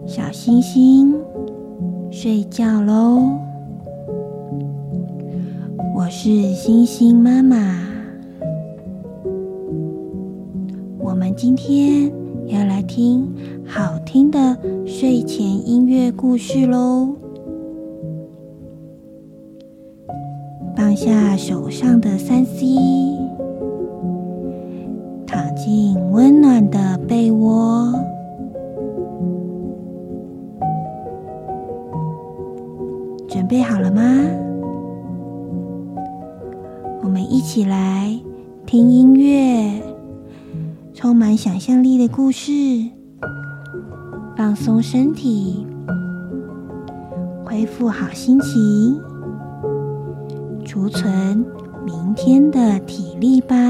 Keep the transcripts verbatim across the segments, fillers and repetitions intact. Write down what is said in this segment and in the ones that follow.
小星星睡觉喽。我是星星妈妈。我们今天要来听好听的睡前音乐故事喽。放下手上的 三 C， 躺进温暖的被窝，准备好了吗？我们一起来听音乐，充满想象力的故事，放松身体，恢复好心情，储存明天的体力吧。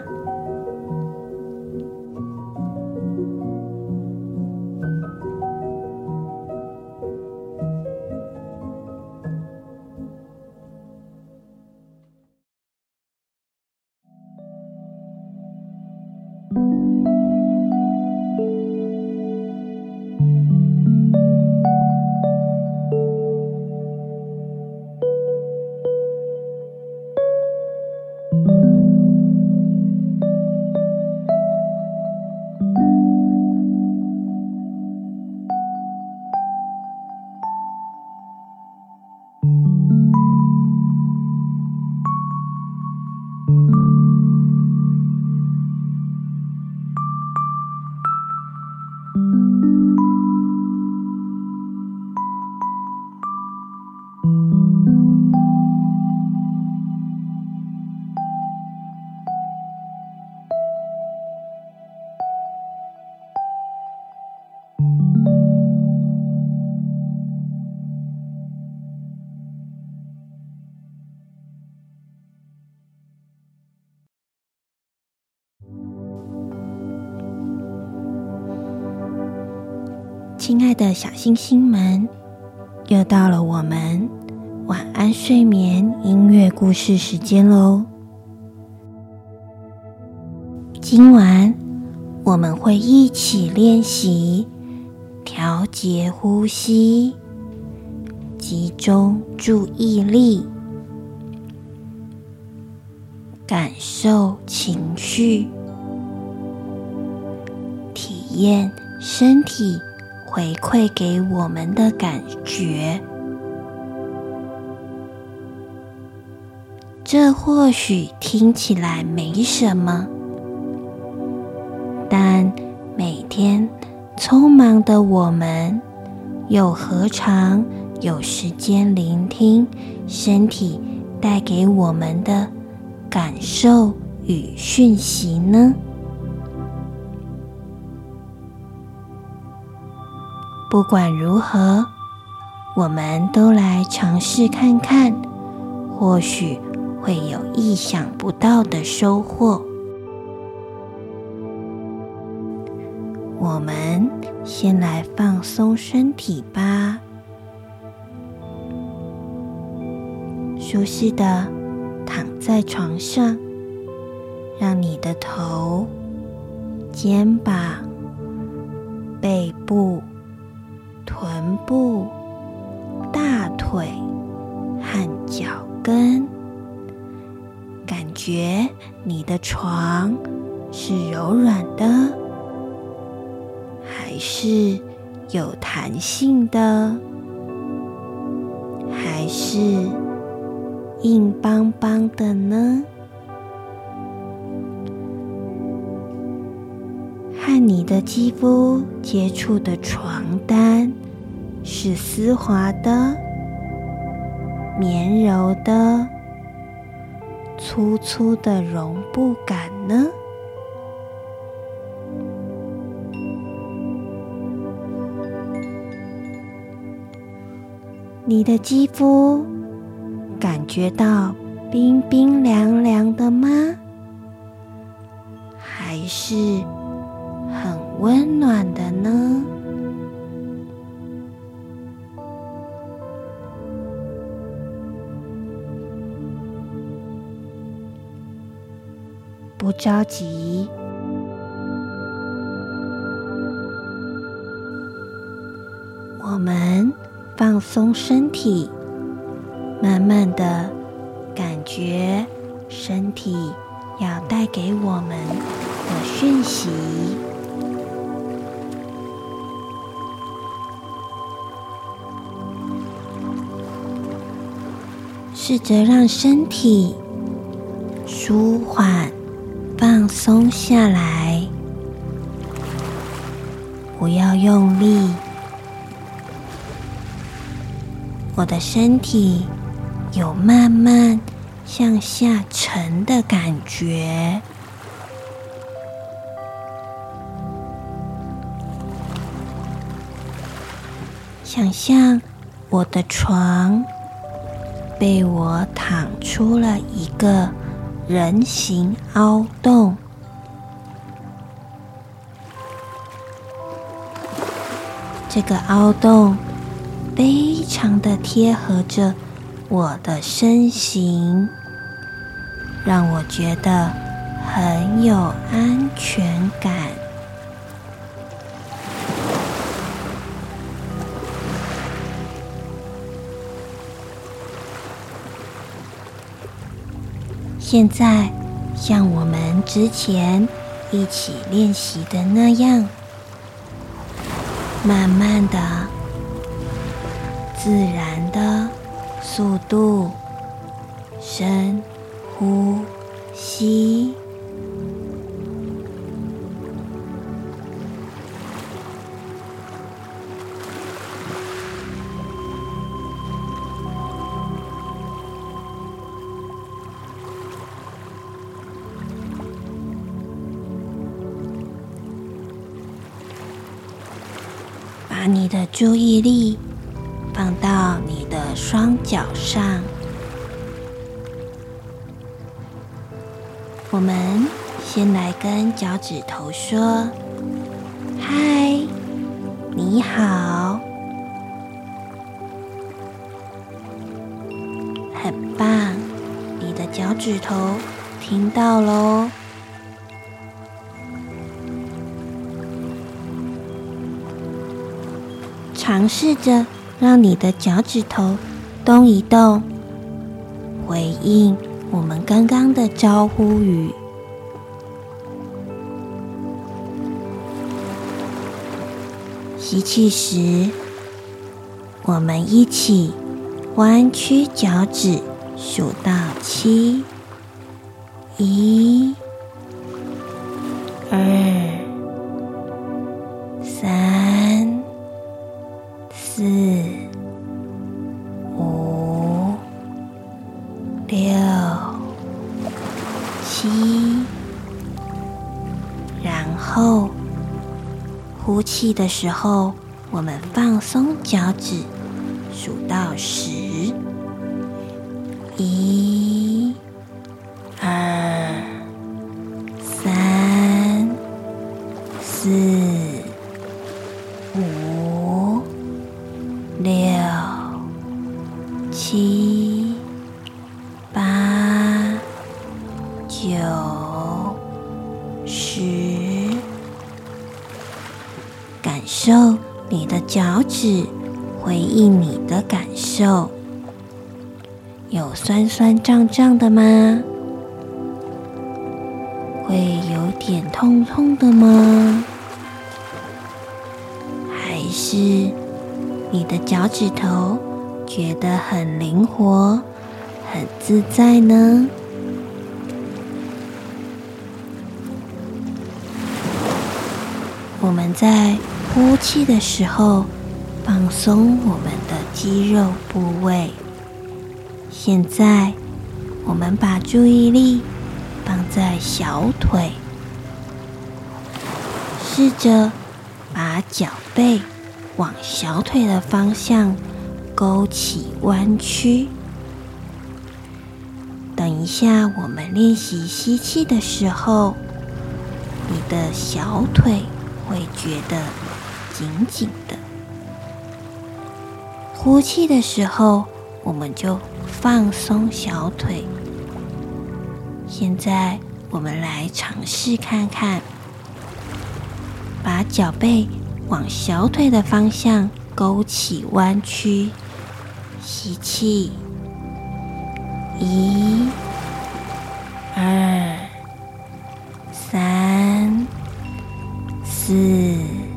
亲爱的小星星们，又到了我们晚安睡眠音乐故事时间咯。今晚我们会一起练习调节呼吸，集中注意力，感受情绪，体验身体回馈给我们的感觉。这或许听起来没什么，但每天匆忙的我们，又何尝有时间聆听身体带给我们的感受与讯息呢？不管如何，我们都来尝试看看，或许会有意想不到的收获。我们先来放松身体吧，舒适的躺在床上，让你的头、肩膀、背部、臀部、大腿和脚跟，感觉你的床是柔软的，还是有弹性的，还是硬邦邦的呢？和你的肌肤接触的床单是丝滑的、绵柔的、粗粗的绒布感呢？你的肌肤感觉到冰冰凉凉的吗？还是很温暖的呢？不着急， 我们放松身体，慢慢的感觉身体要带给我们的讯息。试着让身体舒缓、放松下来，不要用力。我的身体有慢慢向下沉的感觉，想象我的床被我躺出了一个人形凹洞，这个凹洞非常的贴合着我的身形，让我觉得很有安全感。现在，像我们之前一起练习的那样，慢慢的、自然的速度，深呼吸。把你的注意力放到你的双脚上，我们先来跟脚趾头说：“嗨，你好。”很棒，你的脚趾头听到咯。尝试着让你的脚趾头动一动，回应我们刚刚的招呼语。吸气时，我们一起弯曲脚趾，数到七，一、二、三、四、五、六、七，然后呼气的时候，我们放松脚趾，数到十，一、二、三、四、五、六、七、八、九、十，感受你的脚趾回应你的感受。有酸酸胀胀的吗？会有点痛痛的吗？还是你的脚趾头觉得很灵活、很自在呢？我们在呼气的时候，放松我们的肌肉部位。现在，我们把注意力放在小腿，试着把脚背往小腿的方向勾起弯曲。等一下，我们练习吸气的时候，你的小腿会觉得紧紧的。呼气的时候，我们就放松小腿。现在我们来尝试看看，把脚背往小腿的方向勾起弯曲。吸气，一、二、三、四、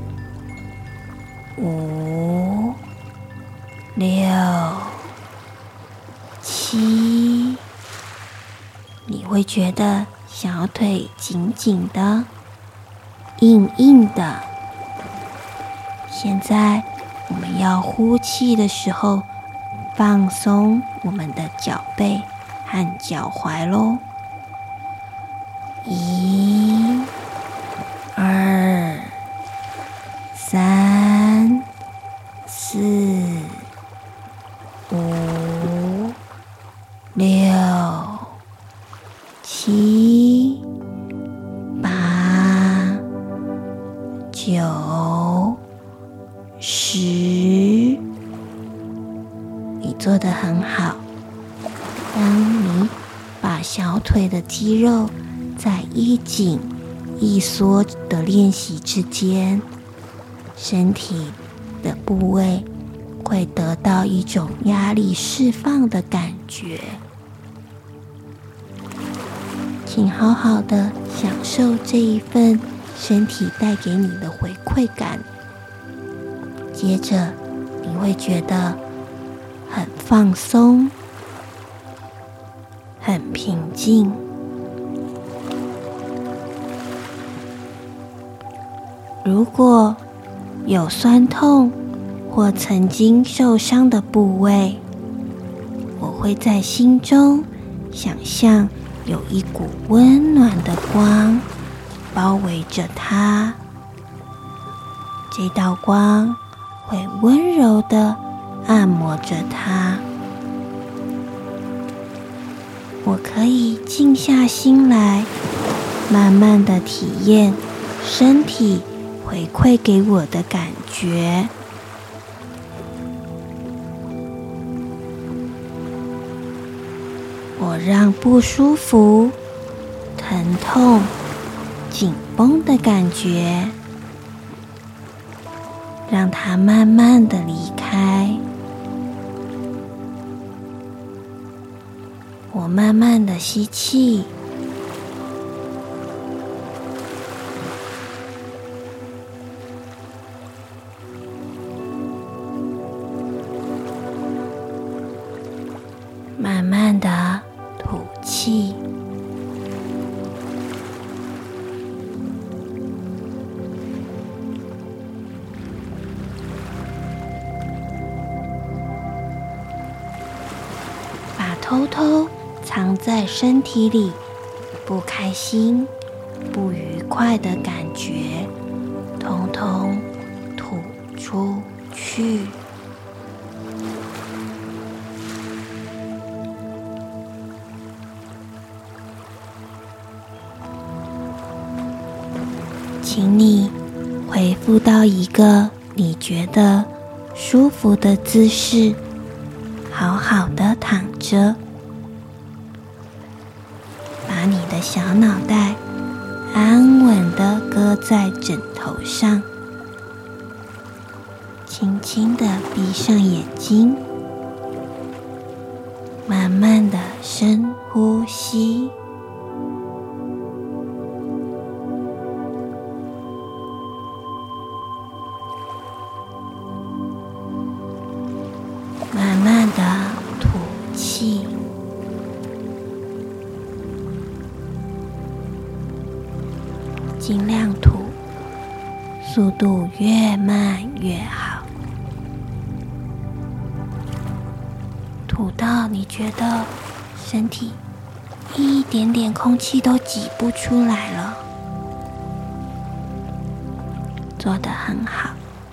五、六、七。你会觉得小腿紧紧的、硬硬的。现在我们要呼气的时候，放松我们的脚背和脚踝咯。一、二、三、四、五、六、七、八、九、十。你做得很好。当你把小腿的肌肉在一紧一缩的练习之间，身体的部位会得到一种压力释放的感觉。请好好的享受这一份身体带给你的回馈感。接着你会觉得很放松，很平静。如果有酸痛或曾经受伤的部位，我会在心中想象有一股温暖的光包围着它，这道光会温柔地按摩着它。我可以静下心来，慢慢地体验身体回馈给我的感觉。我让不舒服、疼痛、紧绷的感觉，让它慢慢地离开。我慢慢地吸气，慢慢地吐气。把偷偷藏在身体里不开心、不愉快的感觉，统统吐出去。请你恢复到一个你觉得舒服的姿势，好好的躺着，把你的小脑袋安稳地搁在枕头上，轻轻地闭上眼睛，慢慢地深呼吸。慢慢地吐气，尽量吐，速度越慢越好。吐到你觉得身体一点点空气都挤不出来了，做得很好。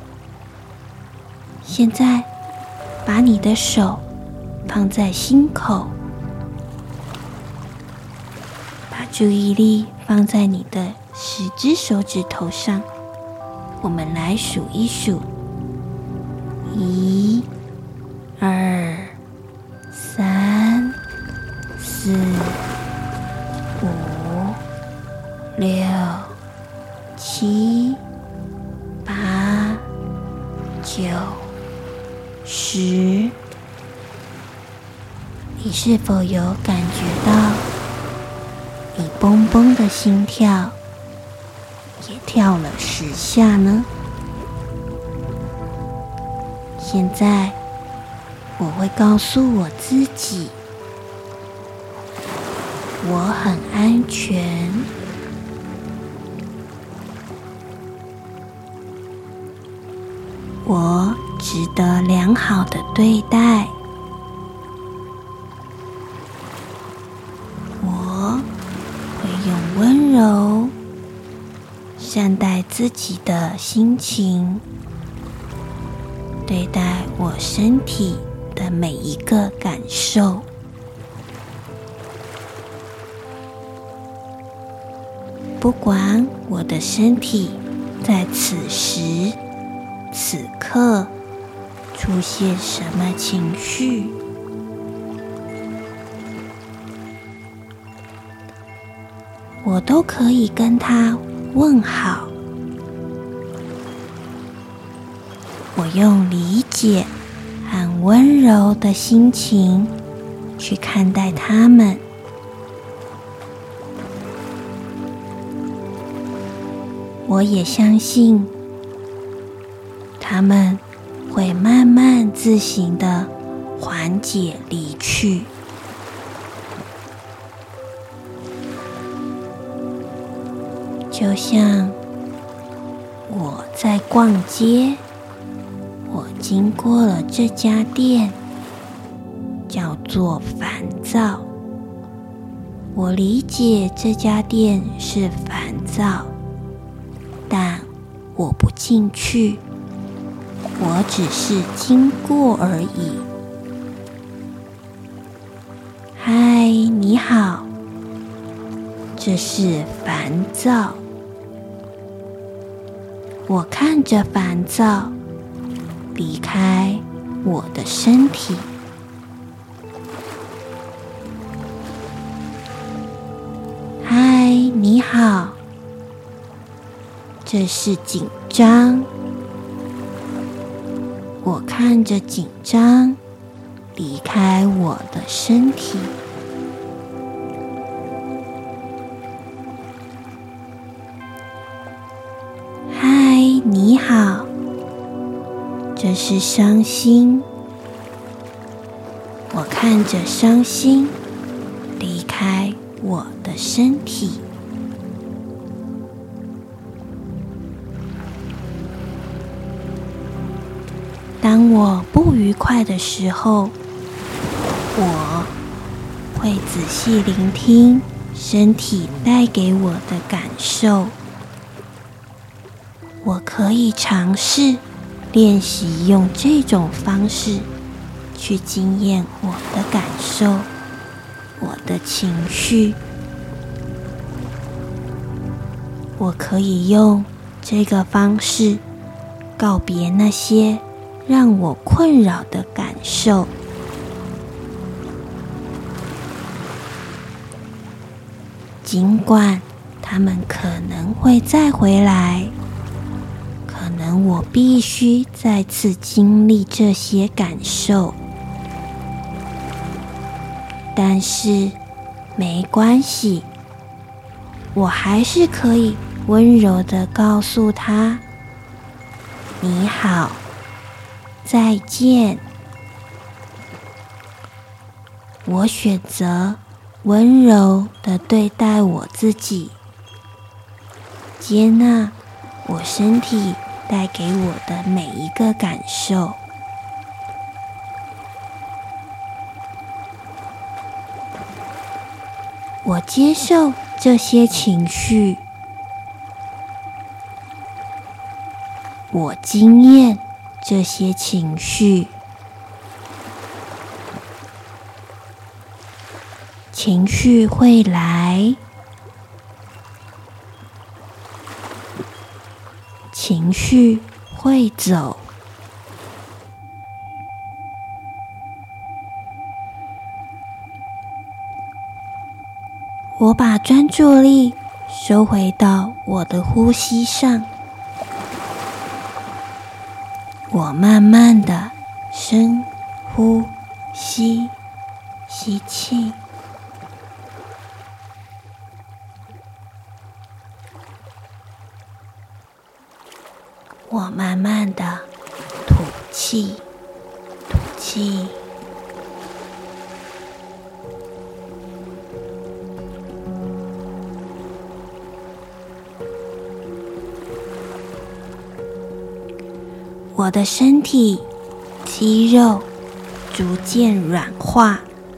现在把你的手放在心口，把注意力放在你的十只手指头上。我们来数一数，一、二、三、四、五、六、七、八、九、 是否有感觉到你蹦蹦的心跳也跳了十下呢？现在我会告诉我自己，我很安全，我值得良好的对待，我会用温柔善待自己的心情，对待我身体的每一个感受。不管我的身体在此时此刻出现什么情绪，我都可以跟它问好。我用理解和温柔的心情去看待它们。我也相信它们会慢慢自行的缓解离去。就像我在逛街，我经过了这家店，叫做烦躁。我理解这家店是烦躁，但我不进去，我只是经过而已。嗨，你好，这是烦躁。我看着烦躁离开我的身体。嗨，你好，这是紧张。我看着紧张离开我的身体。嗨，你好，这是伤心。我看着伤心离开我的身体。当我不愉快的时候，我会仔细聆听身体带给我的感受。我可以尝试练习用这种方式去经验我的感受，我的情绪。我可以用这个方式告别那些让我困扰的感受。尽管他们可能会再回来，可能我必须再次经历这些感受，但是没关系，我还是可以温柔地告诉他：你好，再见。我选择温柔地对待我自己，接纳我身体带给我的每一个感受。我接受这些情绪，我经验这些情绪。情绪会来，情绪会走。我把专注力收回到我的呼吸上，我慢慢的深呼吸， 吸气，我慢慢的吐气，吐气。我的身体肌肉逐渐软化，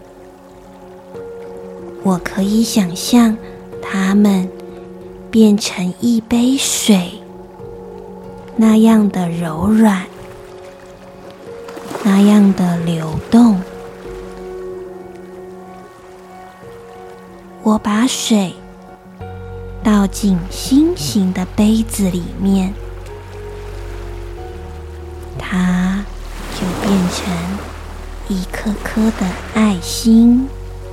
我可以想象它们变成一杯水，那样的柔软，那样的流动。我把水倒进心形的杯子里面，它就变成一颗颗的爱心。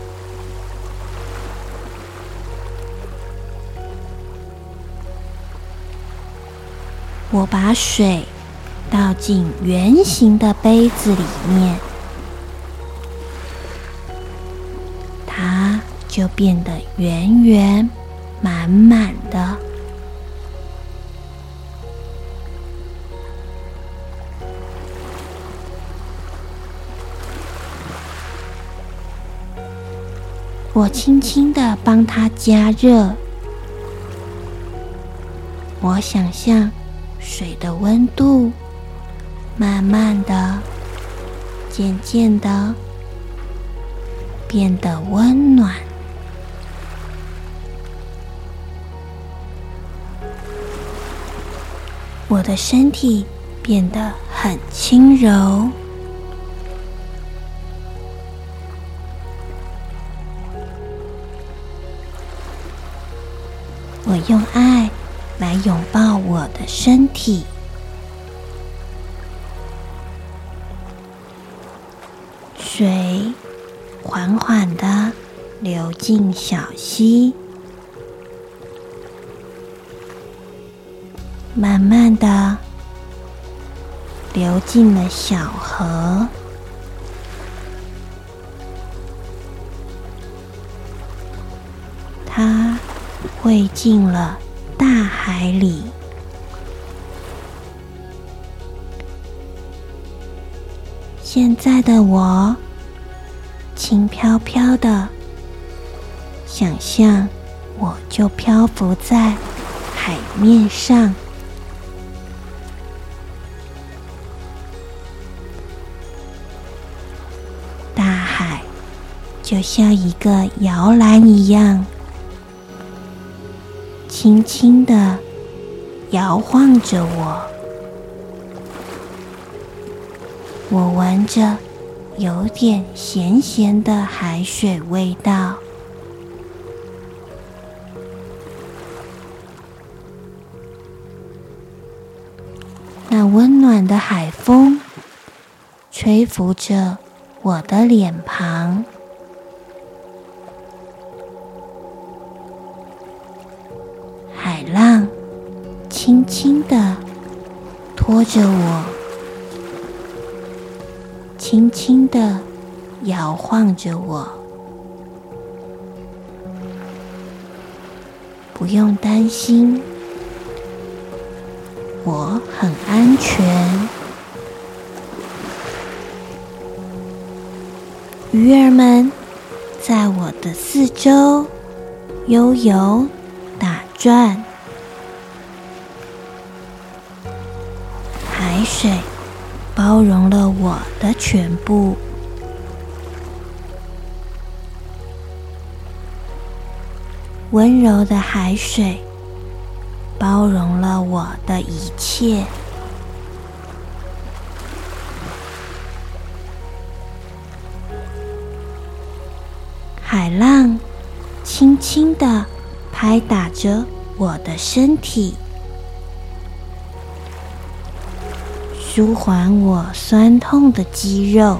我把水倒进圆形的杯子里面，它就变得圆圆满满的。我轻轻地帮它加热，我想象水的温度慢慢的、渐渐的变得温暖。我的身体变得很轻柔，我用爱来拥抱我的身体。水缓缓地流进小溪，慢慢地流进了小河，它汇进了大海里。现在的我轻飘飘的，想象我就漂浮在海面上，大海就像一个摇篮一样，轻轻地摇晃着我。我闻着有点咸咸的海水味道，那温暖的海风吹拂着我的脸庞，海浪轻轻地拖着我，轻轻地摇晃着我。不用担心，我很安全。鱼儿们在我的四周悠游打转，海水包容了我的全部。温柔的海水包容了我的一切。海浪轻轻地拍打着我的身体，舒缓我酸痛的肌肉。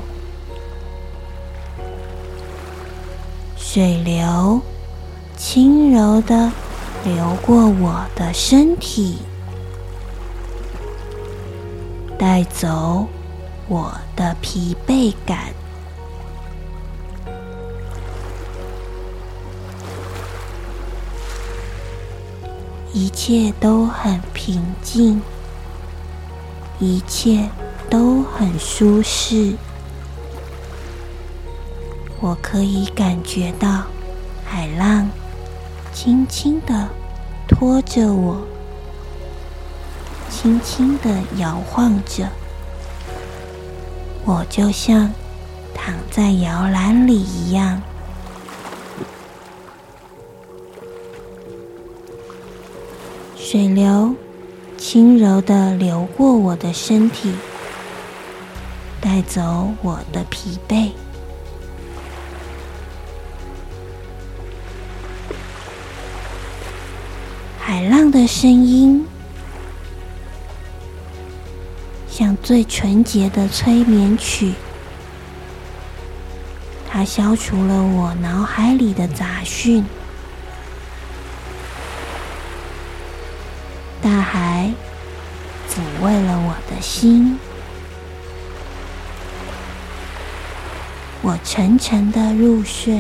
水流轻柔地流过我的身体，带走我的疲惫感。 一切都很平静，一切都很舒适。我可以感觉到海浪轻轻地拖着我，轻轻地摇晃着，我就像躺在摇篮里一样。水流轻柔地流过我的身体，带走我的疲惫。海浪的声音像最纯洁的催眠曲，它消除了我脑海里的杂讯。大海抚慰了我的心，我沉沉的入睡。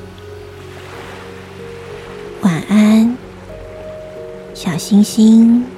晚安，小星星。